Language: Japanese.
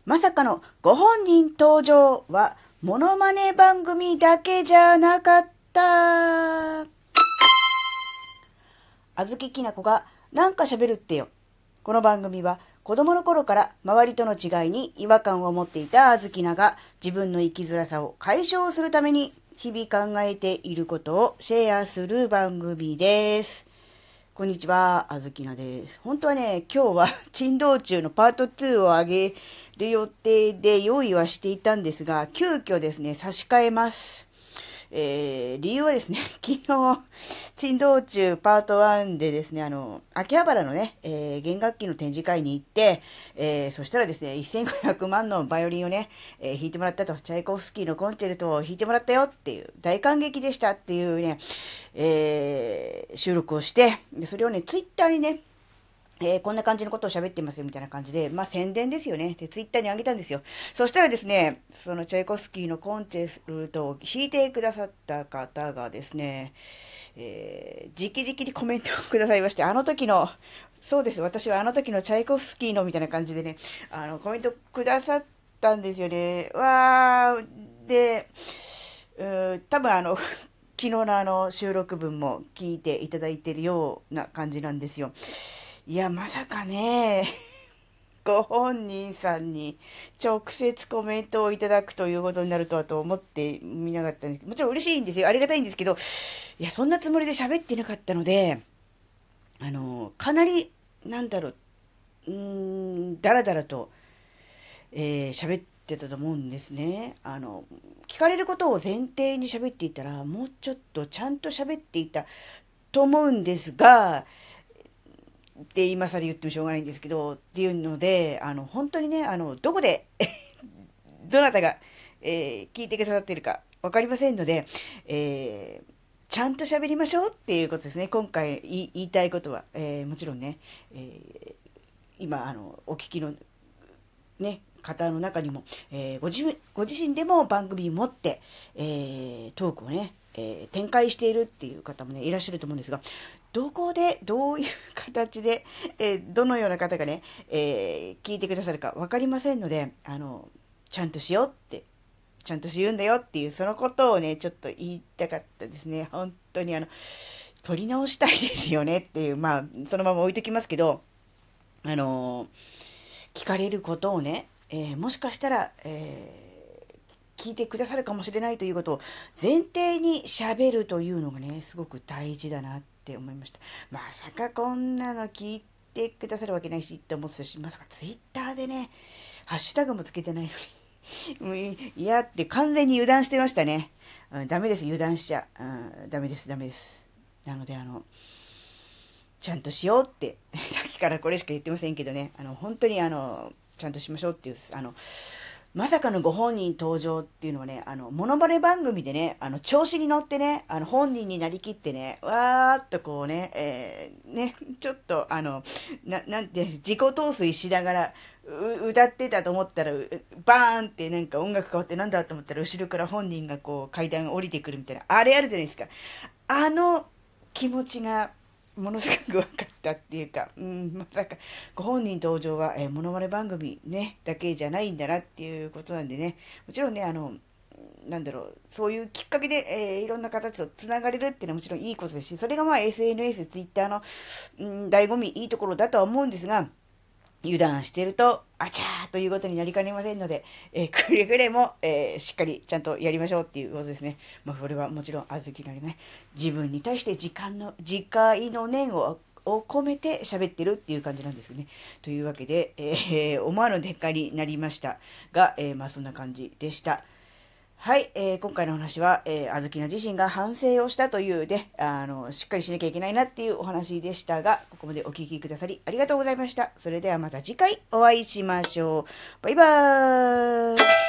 まさかのご本人登場は、モノマネ番組だけじゃなかった。あずききなこがなんか喋るってよ。この番組は子供の頃から周りとの違いに違和感を持っていたあずきなが自分の生きづらさを解消するために日々考えていることをシェアする番組です。こんにちは、あずきなです。本当はね、今日は珍道中のパート2を上げる予定で用意はしていたんですが、急遽ですね、差し替えます。理由はですね、昨日、珍道中パート1でですね、秋葉原のね、弦楽器の展示会に行って、そしたらですね、1500万のバイオリンをね、弾いてもらったと、チャイコフスキーのコンチェルトを弾いてもらったよっていう、大感激でしたっていうね、収録をして、でそれをね、ツイッターにね、こんな感じのことを喋ってますよみたいな感じで、まあ宣伝ですよね。で、ツイッターに上げたんですよ。そしたらですね、そのチャイコフスキーのコンチェルトを弾いてくださった方がですね、直々にコメントをくださいまして、あの時の、そうです、私はあの時のチャイコフスキーのみたいな感じでね、コメントくださったんですよね。わー、で、多分昨日の収録分も聞いていただいているような感じなんですよ。いや、まさかね、ご本人さんに直接コメントをいただくということになるとはと思ってみなかったんです。もちろん嬉しいんですよ。ありがたいんですけど、いや、そんなつもりで喋ってなかったので、かなり、なんだろう、だらだらと、喋ってたと思うんですね。聞かれることを前提に喋っていたら、もうちょっとちゃんと喋っていたと思うんですが、って今更言ってもしょうがないんですけど、っていうので、本当にね、どこでどなたが、聞いてくださっているかわかりませんので、ちゃんと喋りましょうっていうことですね。今回言いたいことは、もちろんね、今、お聞きのね、方の中にも、ご自身でも番組を持って、トークをね、展開しているっていう方もね、いらっしゃると思うんですが、どこで、どういう形で、どのような方がね、聞いてくださるかわかりませんので、ちゃんとしようって、ちゃんとし言うんだよっていう、そのことをね、ちょっと言いたかったですね。本当に取り直したいですよねっていう、まあ、そのまま置いときますけど、あの聞かれることをね、もしかしたら、聞いてくださるかもしれないということを前提に喋るというのがね、すごく大事だなって思いました。まさかこんなの聞いてくださるわけないしって思ってたし、まさかツイッターでね、ハッシュタグもつけてないのに、いやって完全に油断してましたね。ダメです、油断しちゃ。ダメです、ダメです。なのでちゃんとしようって、さっきからこれしか言ってませんけどね、本当にちゃんとしましょうっていう、まさかのご本人登場っていうのはね、モノマネ番組でね、調子に乗ってね、本人になりきってね、わーっとこうね、ね、ちょっと、なんて、自己陶酔しながら、歌ってたと思ったら、バーンってなんか音楽変わってなんだと思ったら、後ろから本人がこう階段降りてくるみたいな、あれあるじゃないですか。あの気持ちが、ものすごく分かったっていうか、まさか、ご本人登場は、モノマネ番組ね、だけじゃないんだなっていうことなんでね、もちろんね、なんだろう、そういうきっかけで、いろんな形とつながれるっていうのはもちろんいいことですし、それがまあ SNS、Twitter の、醍醐味、いいところだとは思うんですが、油断してると、あちゃーということになりかねませんので、くれぐれも、しっかりちゃんとやりましょうっていうことですね。まあ、これはもちろん、あずきなりね、自分に対して自戒の念を込めて喋ってるっていう感じなんですよね。というわけで、思わぬ展開になりましたが、まあそんな感じでした。はい、今回の話は、あずきな自身が反省をしたというね、しっかりしなきゃいけないなっていうお話でしたが、ここまでお聞きくださりありがとうございました。それではまた次回お会いしましょう。バイバーイ。